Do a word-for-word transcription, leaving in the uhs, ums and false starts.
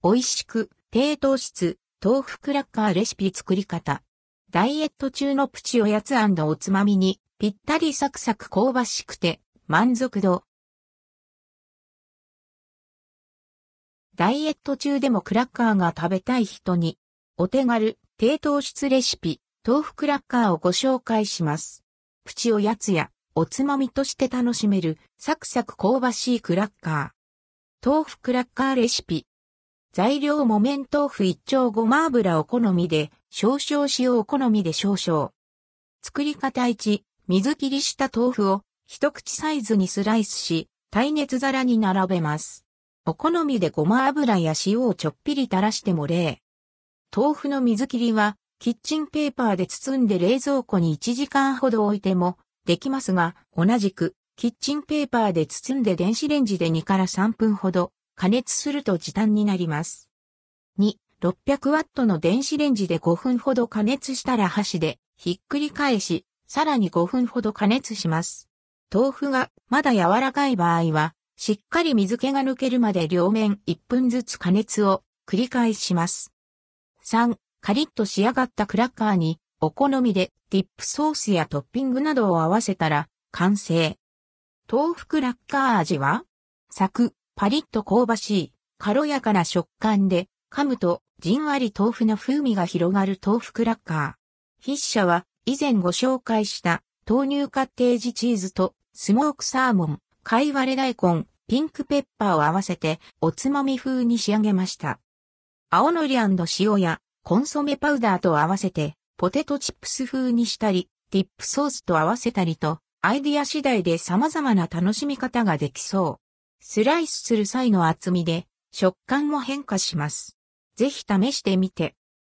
美味しく、低糖質、豆腐クラッカーレシピ作り方。ダイエット中のプチおやつ&おつまみに、ぴったりサクサク香ばしくて、満足度。ダイエット中でもクラッカーが食べたい人に、お手軽、低糖質レシピ、豆腐クラッカーをご紹介します。プチおやつや、おつまみとして楽しめる、サクサク香ばしいクラッカー。豆腐クラッカーレシピ。材料木綿豆腐一丁ごま油お好みで、少々塩お好みで少々。作り方いち、水切りした豆腐を一口サイズにスライスし、耐熱皿に並べます。お好みでごま油や塩をちょっぴり垂らしても冷。豆腐の水切りは、キッチンペーパーで包んで冷蔵庫にいちじかんほど置いてもできますが、同じくキッチンペーパーで包んで電子レンジでにからさんぷんほど加熱すると時短になります。に、ろっぴゃくワットの電子レンジでごふんほど加熱したら箸でひっくり返し、さらにごふんほど加熱します。豆腐がまだ柔らかい場合は、しっかり水気が抜けるまで両面いっぷんずつ加熱を繰り返します。さん、カリッと仕上がったクラッカーにお好みでディップソースやトッピングなどを合わせたら完成。豆腐クラッカー味はサク、パリッと香ばしい、軽やかな食感で噛むとじんわり豆腐の風味が広がる豆腐クラッカー。筆者は以前ご紹介した豆乳カッテージチーズとスモークサーモン、貝割れ大根、ピンクペッパーを合わせておつまみ風に仕上げました。青のり&塩やコンソメパウダーと合わせてポテトチップス風にしたり、ディップソースと合わせたりと、アイディア次第で様々な楽しみ方ができそう。スライスする際の厚みで食感も変化します。ぜひ試してみて。